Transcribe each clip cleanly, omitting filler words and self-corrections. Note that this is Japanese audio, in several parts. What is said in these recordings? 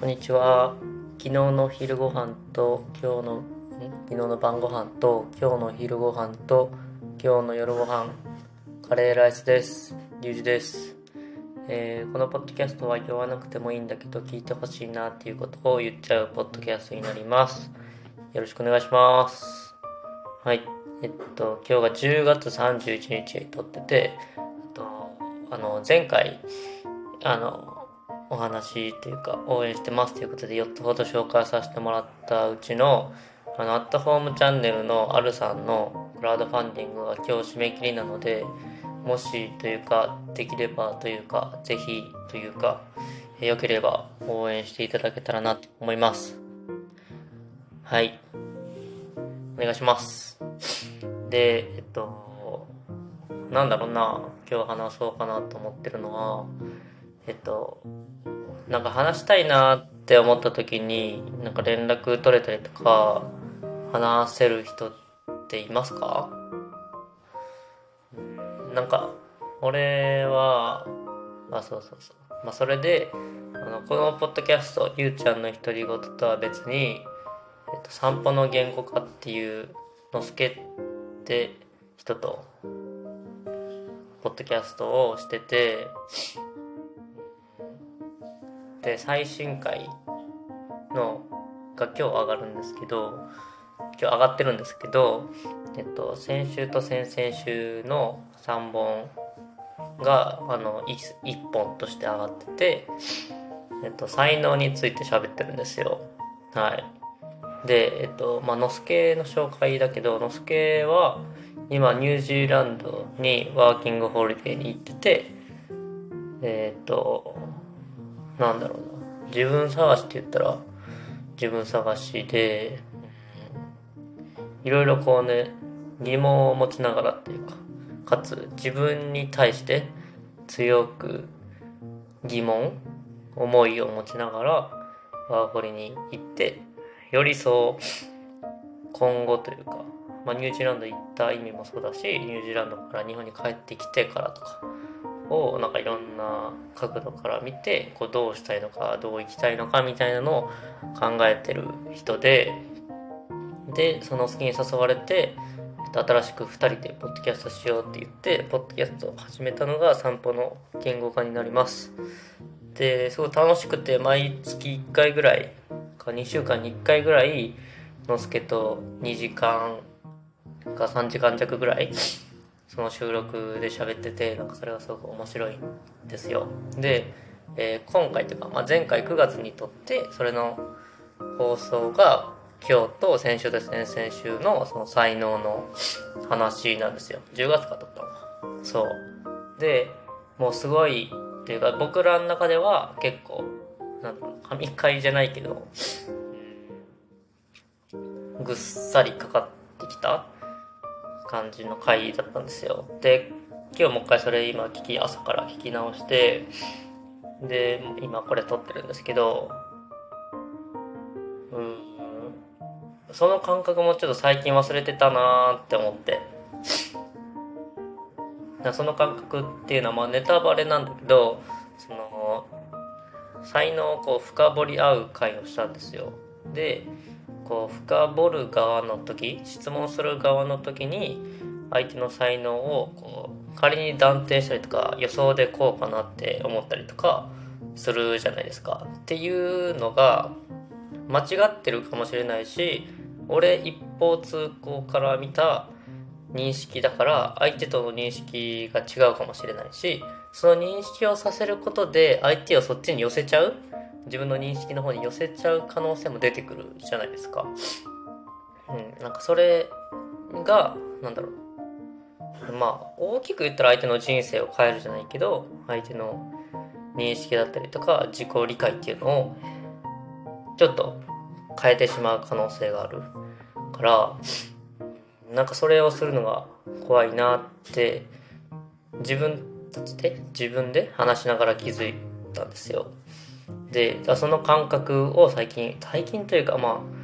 こんにちは。昨日の昼ご飯と昨日の晩ご飯と今日の昼ご飯と今日の夜ご飯、カレーライスです。リュウジです。このポッドキャストは言わなくてもいいんだけど聞いてほしいなっていうことを言っちゃうポッドキャストになります。よろしくお願いします。はい。今日が10月31日に撮ってて、前回、お話というか応援してますということで4つほど紹介させてもらったうちのアットホームチャンネルのあるさんのクラウドファンディングが今日締め切りなので、もしというかできればというかぜひというか良ければ応援していただけたらなと思います。はい、お願いします。でなんだろうな、今日話そうかなと思ってるのはなんか話したいなって思った時になんか連絡取れたりとか話せる人っていますか？なんか俺はそれでこのポッドキャストゆうちゃんの独り言とは別に、散歩の言語化っていうのすけって人とポッドキャストをしてて、で最新回のが今日上がるんですけど、今日上がってるんですけど、先週と先々週の3本が1本として上がってて、才能について喋ってるんですよ。はい。でのすけの紹介だけど、のすけは今ニュージーランドにワーキングホリデーに行ってて、なんだろうな、自分探しって言ったら自分探しで、いろいろこうね、疑問を持ちながらっていうかつ自分に対して強く思いを持ちながらワーホリに行って、よりそう今後というか、ニュージーランド行った意味もそうだし、ニュージーランドから日本に帰ってきてからとかをなんかいろんな角度から見て、こうどうしたいのかどう生きたいのかみたいなのを考えてる人で、その好きに誘われて新しく2人でポッドキャストしようって言ってポッドキャストを始めたのが散歩の言語化になります。ですごい楽しくて、毎月1回ぐらいか2週間に1回ぐらいのすけと2時間か3時間弱ぐらいその収録で喋ってて、なんかそれがすごく面白いんですよ。で、今回というか、前回9月に撮ってそれの放送が今日と先週と先々週のその才能の話なんですよ。10月から撮ったのか。そうで、もうすごいっていうか、僕らの中では結構なんだろう、神回じゃないけどぐっさりかかってきた感じの回だったんですよ。で、今日もう一回それ朝から聞き直して、で今これ撮ってるんですけど、その感覚もちょっと最近忘れてたなーって思って、その感覚っていうのはネタバレなんだけど、その才能をこう深掘り合う会をしたんですよ。で、こう深掘る側の時、質問する側の時に相手の才能をこう仮に断定したりとか、予想でこうかなって思ったりとかするじゃないですか。っていうのが間違ってるかもしれないし、俺一方通行から見た認識だから相手との認識が違うかもしれないし、その認識をさせることで相手をそっちに寄せちゃう、自分の認識の方に寄せちゃう可能性も出てくるじゃないですか。なんかそれがなんだろう、大きく言ったら相手の人生を変えるじゃないけど、相手の認識だったりとか自己理解っていうのをちょっと変えてしまう可能性があるから、なんかそれをするのが怖いなって自分で話しながら気づいたんですよ。で、その感覚を最近というか、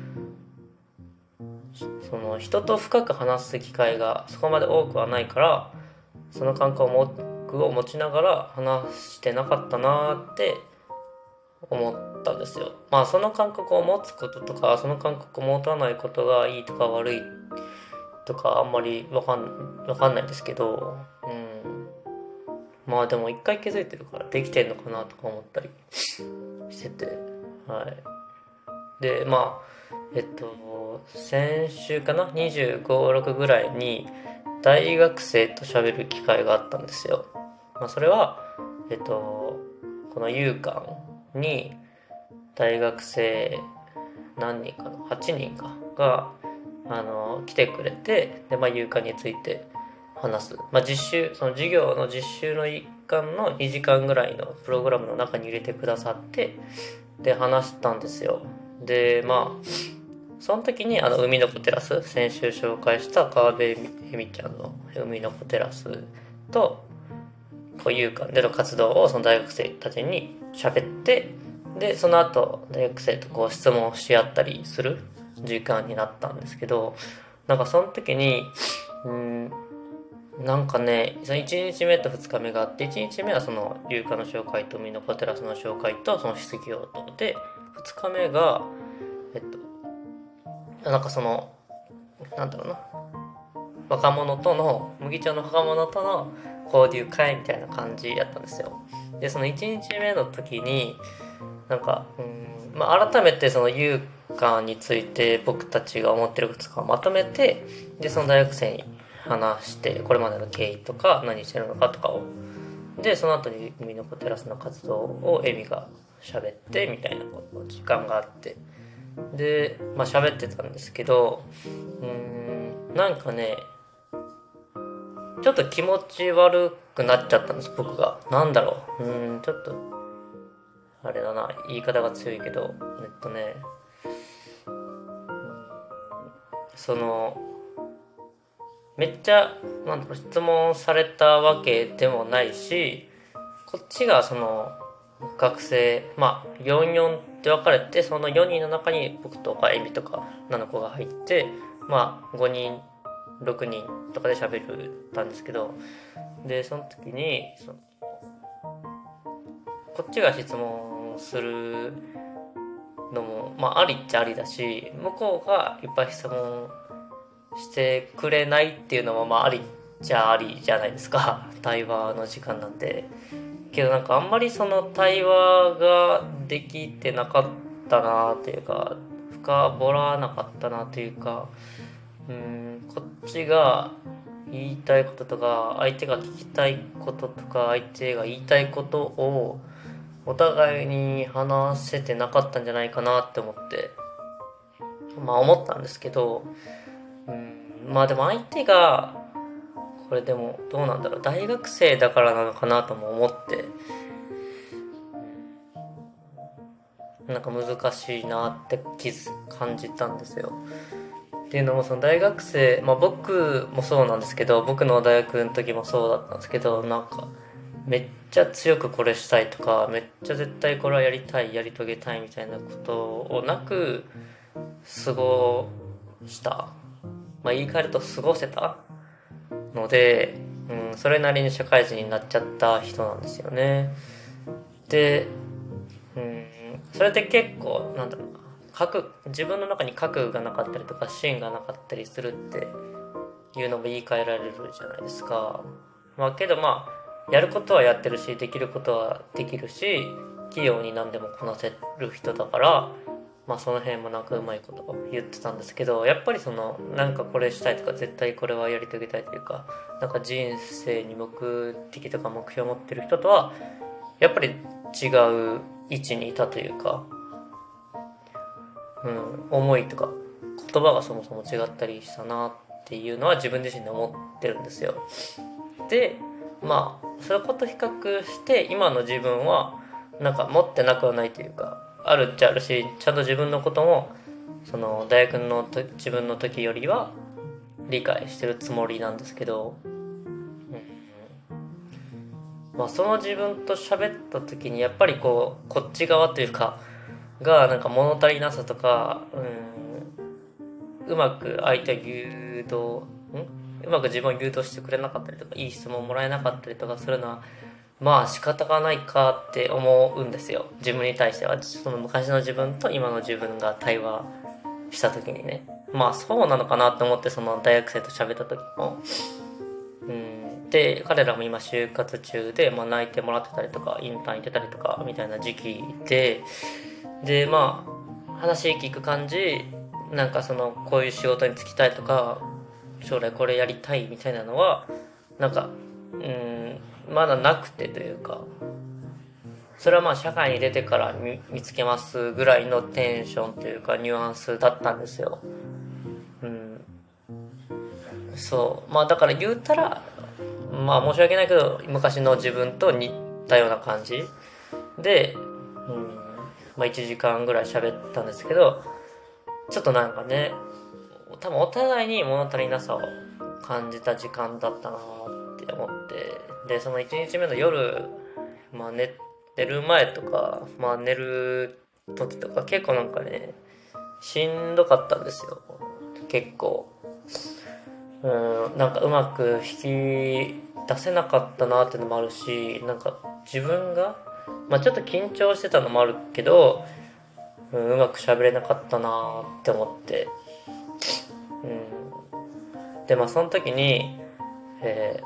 その人と深く話す機会がそこまで多くはないから、その感覚を持ちながら話してなかったなって思ったんですよ。まあその感覚を持つこととかその感覚を持たないことがいいとか悪いとかあんまりわかんないんですけど、まあでも一回気づいてるからできてんのかなとか思ったりしてて、はい。で、まあ、先週かな ?25、6ぐらいに大学生と喋る機会があったんですよ。まあそれは、この夕館に大学生何人かな ?8 人かが、来てくれて、で、まあ、有価について話す。まあ、その授業の実習の一環の2時間ぐらいのプログラムの中に入れてくださって、で、話したんですよ。で、まあ、その時に海の子テラス、先週紹介した川辺恵美ちゃんの海の子テラスと、こう有館での活動をその大学生たちに喋って、で、その後、大学生とこう質問し合ったりする時間になったんですけど、なんかその時に、なんかね、その1日目と2日目があって、1日目はその有価の紹介と海の子テラスの紹介とその質疑応答で、2日目が、なんかその、なんだろうな、麦茶の若者との交流会みたいな感じやったんですよ。で、その1日目の時に、なんか、まあ、改めてその優香について僕たちが思ってることとかをまとめて、で、その大学生に話して、これまでの経緯とか、何してるのかとかを。で、その後に海の子テラスの活動をエミが喋って、みたいな時間があって。で、まあ喋ってたんですけど、なんかね、ちょっと気持ち悪くなっちゃったんです、僕が。なんだろう。ちょっと、あれだな、言い方が強いけど、その、めっちゃ、なんだろう、質問されたわけでもないし、こっちがその、学生、まあ、44って分かれて、その4人の中に僕とかエミとか、女の子が入って、まあ、5人、6人とかで喋ったんですけど、で、その時に、こっちが質問するのも、まあ、ありっちゃありだし、向こうがいっぱい質問してくれないっていうのも、まあ、ありっちゃありじゃないですか。対話の時間なんで。けどなんかあんまりその対話ができてなかったなっていうか、深掘らなかったなというか、こっちが言いたいこととか、相手が聞きたいこととか、相手が言いたいことをお互いに話せてなかったんじゃないかなって思って、まあ思ったんですけど、まあでも相手が、これでもどうなんだろう、大学生だからなのかなとも思って、なんか難しいなって感じたんですよ。っていうのもその大学生、まあ僕もそうなんですけど、僕の大学の時もそうだったんですけど、なんかめっちゃ強くこれしたいとか、めっちゃ絶対これはやりたい、やり遂げたいみたいなことをなく過ごした。まあ言い換えると過ごせたので、それなりに社会人になっちゃった人なんですよね。で、それで結構、なんだろうな、自分の中に核がなかったりとか芯がなかったりするっていうのも言い換えられるじゃないですか。まあけどまあ、やることはやってるし、できることはできるし、器用に何でもこなせる人だから、まあその辺もなんかうまいこと言ってたんですけど、やっぱりその、なんかこれしたいとか絶対これはやり遂げたいというか、なんか人生に目的とか目標を持ってる人とは、やっぱり違う位置にいたというか、思いとか言葉がそもそも違ったりしたなっていうのは自分自身で思ってるんですよ。で、まあそういうこと比較して今の自分はなんか持ってなくはないというか、あるっちゃあるし、ちゃんと自分のこともその大学の自分の時よりは理解してるつもりなんですけど、まあその自分と喋った時にやっぱりこっち側というかがなんか物足りなさとか、うまく相手をうまく自分を誘導してくれなかったりとか、いい質問もらえなかったりとかするのはまあ仕方がないかって思うんですよ。自分に対しては。その昔の自分と今の自分が対話した時にね。まあそうなのかなって思って、その大学生と喋った時も。で、彼らも今就活中で、まあ泣いてもらってたりとか、インターン行ってたりとか、みたいな時期で、まあ、話聞く感じ、なんかその、こういう仕事に就きたいとか、将来これやりたいみたいなのは、なんか、まだなくてというか、それはまあ社会に出てから見つけますぐらいのテンションというかニュアンスだったんですよ。そう。まあだから言うたら、まあ申し訳ないけど、昔の自分と似たような感じで、まあ1時間ぐらい喋ったんですけど、ちょっとなんかね、多分お互いに物足りなさを感じた時間だったなって思って、で、その1日目の夜、まあ寝る前とか、まあ寝る時とか結構なんかね、しんどかったんですよ。結構。なんかうまく引き出せなかったなっていうのもあるし、なんか自分が、まあちょっと緊張してたのもあるけど、うまく喋れなかったなって思って。で、まあその時に、え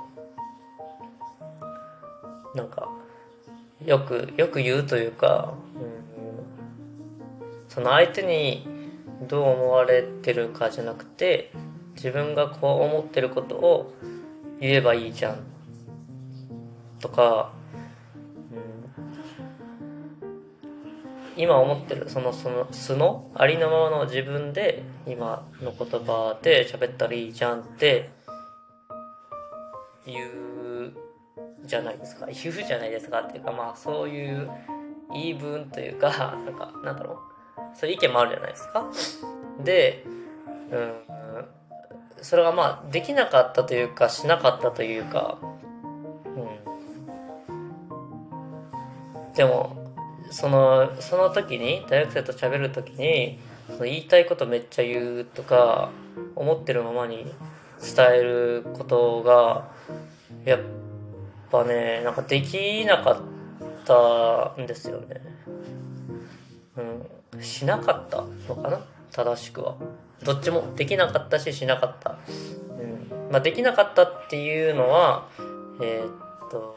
なんか、よく言うというか、その相手にどう思われてるかじゃなくて、自分がこう思ってることを言えばいいじゃんとか、今思ってるその素のありのままの自分で今の言葉で喋ったらいいじゃんって言うじゃないですか。言うじゃないですかっていうか、まあそういう言い分というか、なんだろう。そういう意見もあるじゃないですか。で、うん、それがまあできなかったというか、しなかったというか、でも、その時に、大学生と喋る時に、その言いたいことめっちゃ言うとか、思ってるままに伝えることが、やっぱね、なんかできなかったんですよね。しなかったのかな正しくは。どっちもできなかったし、しなかった。まあ、できなかったっていうのは、えーっと、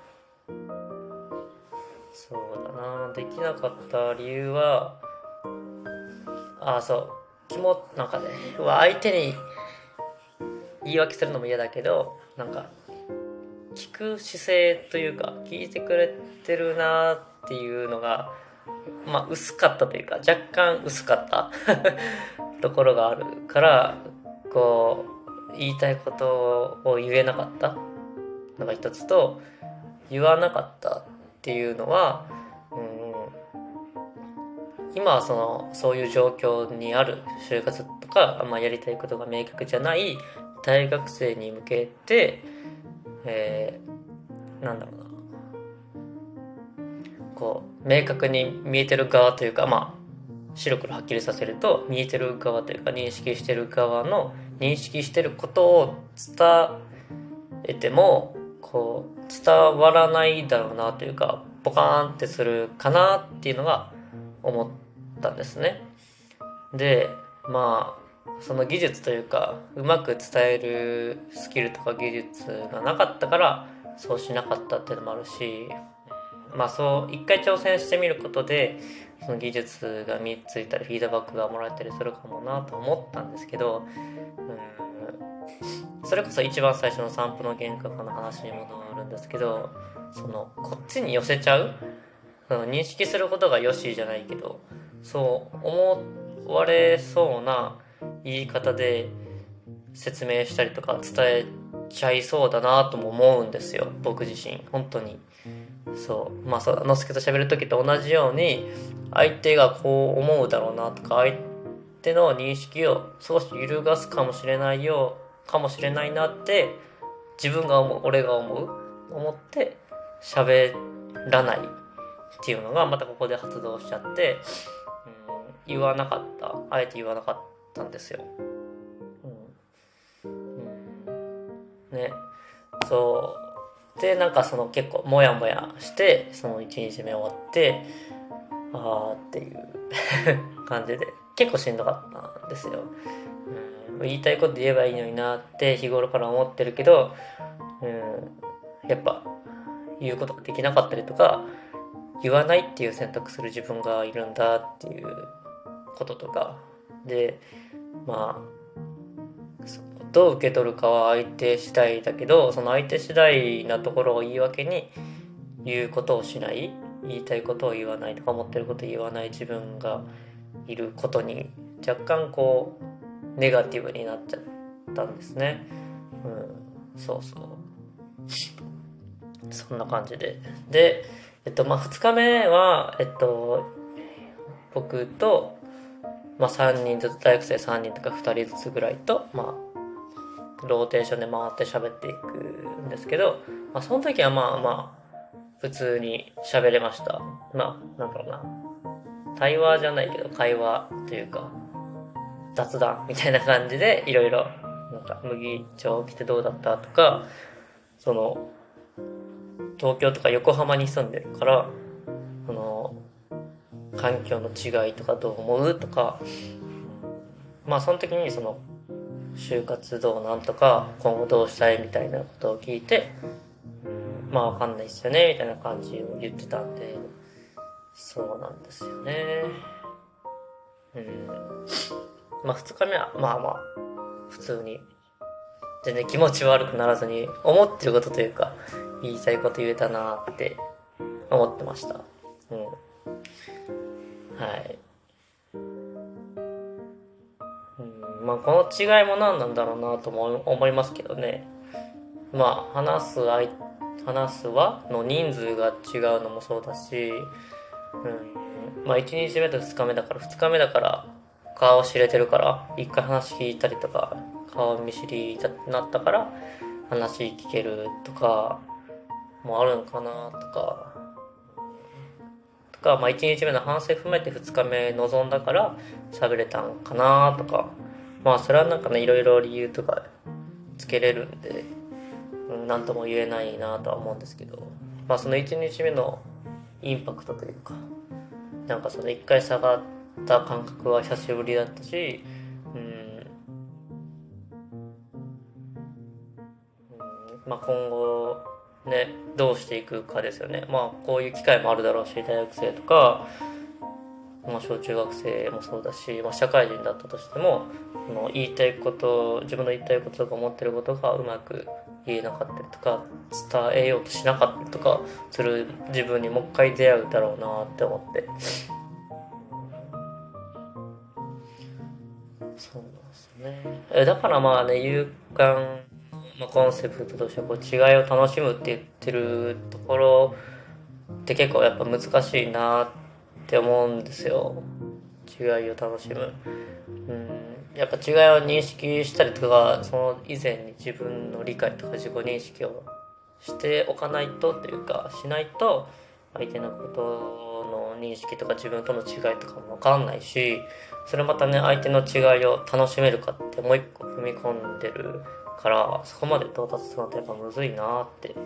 そうだな、できなかった理由は、そう、なんかね、相手に言い訳するのも嫌だけど、なんか、聞く姿勢というか、聞いてくれてるなっていうのが、まあ、薄かったというか、若干薄かったところがあるから、こ言いたいことを言えなかったのが一つと、言わなかったっていうのは、今はそういう状況にある就活とか、まあ、やりたいことが明確じゃない大学生に向けて、なんだろうな、明確に見えてる側というか、まあ白黒はっきりさせると、見えてる側というか認識してる側の認識してることを伝えても伝わらないだろうなというか、ポカーンってするかなっていうのが思ったんですね。で、まあその技術というか、うまく伝えるスキルとか技術がなかったからそうしなかったっていうのもあるし、まあそう一回挑戦してみることでその技術が身についたりフィードバックがもらえたりするかもなと思ったんですけど、それこそ一番最初の散歩の幻覚の話に戻るんですけど、こっちに寄せちゃう、認識することがよしじゃないけど、そう思われそうな言い方で説明したりとか伝えちゃいそうだなとも思うんですよ、僕自身本当に。まあそうのすけと喋る時と同じように、相手がこう思うだろうなとか、相手の認識を少し揺るがすかもしれないなって自分が俺が思って喋らないっていうのがまたここで発動しちゃって、あえて言わなかったんですよ。ね、そうでなんかその結構モヤモヤしてその1日目終わってっていう感じで結構しんどかったんですよ。言いたいこと言えばいいのになって日頃から思ってるけど、やっぱ言うことができなかったりとか言わないっていう選択する自分がいるんだっていうこととかで、まあどう受け取るかは相手次第だけど、その相手次第なところを言い訳に言うことをしない、言いたいことを言わないとか思ってることを言わない自分がいることに若干こうネガティブになっちゃったんですね。そうそんな感じで2日目は僕と、3人ずつ、大学生3人とか2人ずつぐらいとローテーションで回って喋っていくんですけど、その時は普通に喋れました。なんだろうな、対話じゃないけど会話というか雑談みたいな感じでいろいろなんか麦茶来てどうだったとか、その東京とか横浜に住んでるからその環境の違いとかどう思うとか、その時にその就活どうなんとか今後どうしたいみたいなことを聞いて、わかんないっすよねみたいな感じを言ってたんで、そうなんですよね。2日目は普通に全然気持ち悪くならずに思ってることというか言いたいこと言えたなって思ってました。はい。この違いも何なんだろうなとも思いますけどね。話す輪の人数が違うのもそうだし、1日目と2日目だから、2日目だから顔知れてるから一回話聞いたりとか、顔見知りになったから話聞けるとかもあるんかなとか1日目の反省踏めて2日目臨んだから喋れたんかなとか、それはなんかねいろいろ理由とかつけれるんで何とも言えないなとは思うんですけど、その1日目のインパクトというか、なんかその1回下がった感覚は久しぶりだったし、今後ねどうしていくかですよね。こういう機会もあるだろうし、大学生とか、小中学生もそうだし、社会人だったとしても言いたいこと、自分の言いたいこととか思ってることがうまく言えなかったりとか伝えようとしなかったりとかする自分にもう一回出会うだろうなって思って、そうなんですね。だから有感コンセプトとしてこう違いを楽しむって言ってるところって結構やっぱ難しいなって思うんですよ。違いを楽しむ。やっぱ違いを認識したりとか、その以前に自分の理解とか自己認識をしておかないとというかしないと相手のことの認識とか自分との違いとかも分かんないし、それまたね相手の違いを楽しめるかってもう一個踏み込んでるからそこまで到達するのってやっぱむずいなって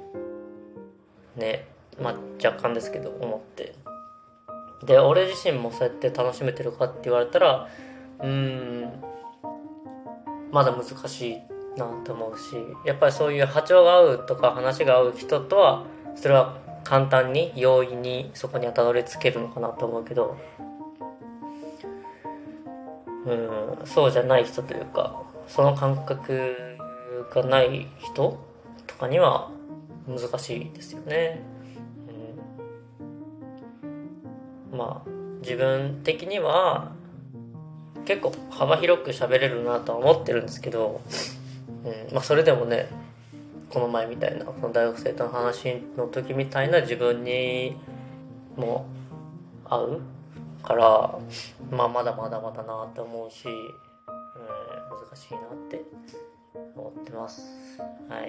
ね、若干ですけど思って、で俺自身もそうやって楽しめてるかって言われたらまだ難しいなって思うし、やっぱりそういう波長が合うとか話が合う人とはそれは簡単に容易にそこにはたどり着けるのかなと思うけど、そうじゃない人というかその感覚がない人とかには難しいですよね。自分的には結構幅広く喋れるなとは思ってるんですけど、それでもねこの前みたいなこの大学生との話の時みたいな自分にも合うからまだまだなって思うし、難しいなって思ってます。はい。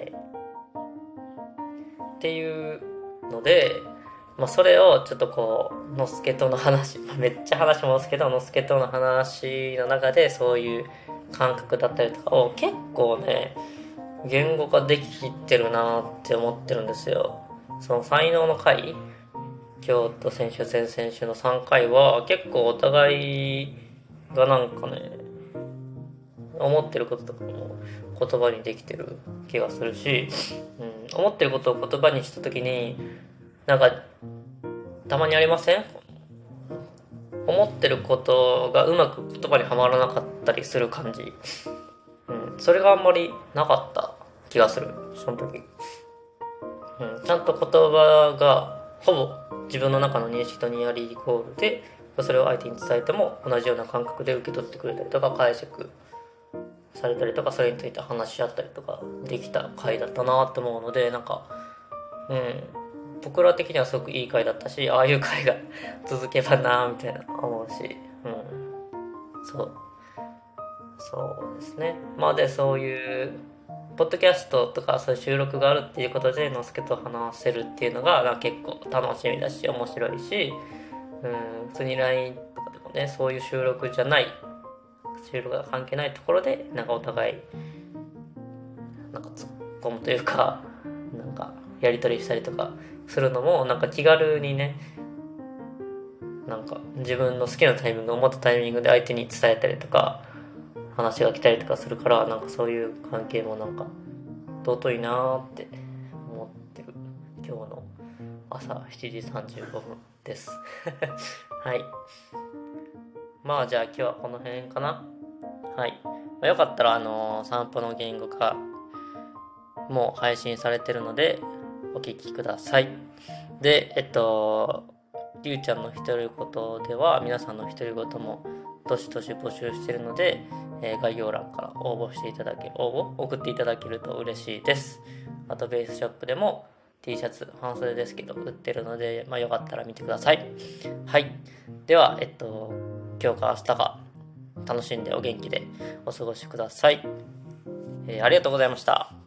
っていうので、それをちょっとこうのすけとの話、めっちゃ話もですけどのすけとの話の中でそういう感覚だったりとかを結構ね言語化でききってるなって思ってるんですよ。その才能の回、今日と先週先々週の3回は結構お互いがなんかね、思ってることとかも言葉にできてる気がするし、思ってることを言葉にした時になんかたまにありません？思ってることがうまく言葉にはまらなかったりする感じ。それがあんまりなかった気がする、その時。ちゃんと言葉がほぼ自分の中の認識とニアリーイコールで、それを相手に伝えても同じような感覚で受け取ってくれたりとか、解釈されたりとか、それについて話し合ったりとかできた回だったなって思うので、なんか僕ら的にはすごくいい回だったし、ああいう回が続けばなみたいな思うし、そうですね。まあで、そういうポッドキャストとかそういう収録があるっていうことでのすけと話せるっていうのが結構楽しみだし面白いし、普通に LINE とかでもね、そういう収録じゃない、収録が関係ないところでなんかお互いなんか突っ込むというか、なんかやり取りしたりとかするのもなんか気軽にね、なんか自分の好きなタイミングを持ったタイミングで相手に伝えたりとか話が来たりとかするから、なんかそういう関係もなんか尊いなーって思ってる今日の朝7時35分ですはい。まあじゃあ今日はこの辺かな。はい。よかったら散歩の言語化も配信されてるのでお聞きください。でりゅうちゃんの独り言では皆さんの独り言もどしどし募集しているので、概要欄から応募送っていただけると嬉しいです。あとベースショップでも T シャツ半袖ですけど売ってるので、よかったら見てください。はい。では今日か明日か楽しんでお元気でお過ごしください。ありがとうございました。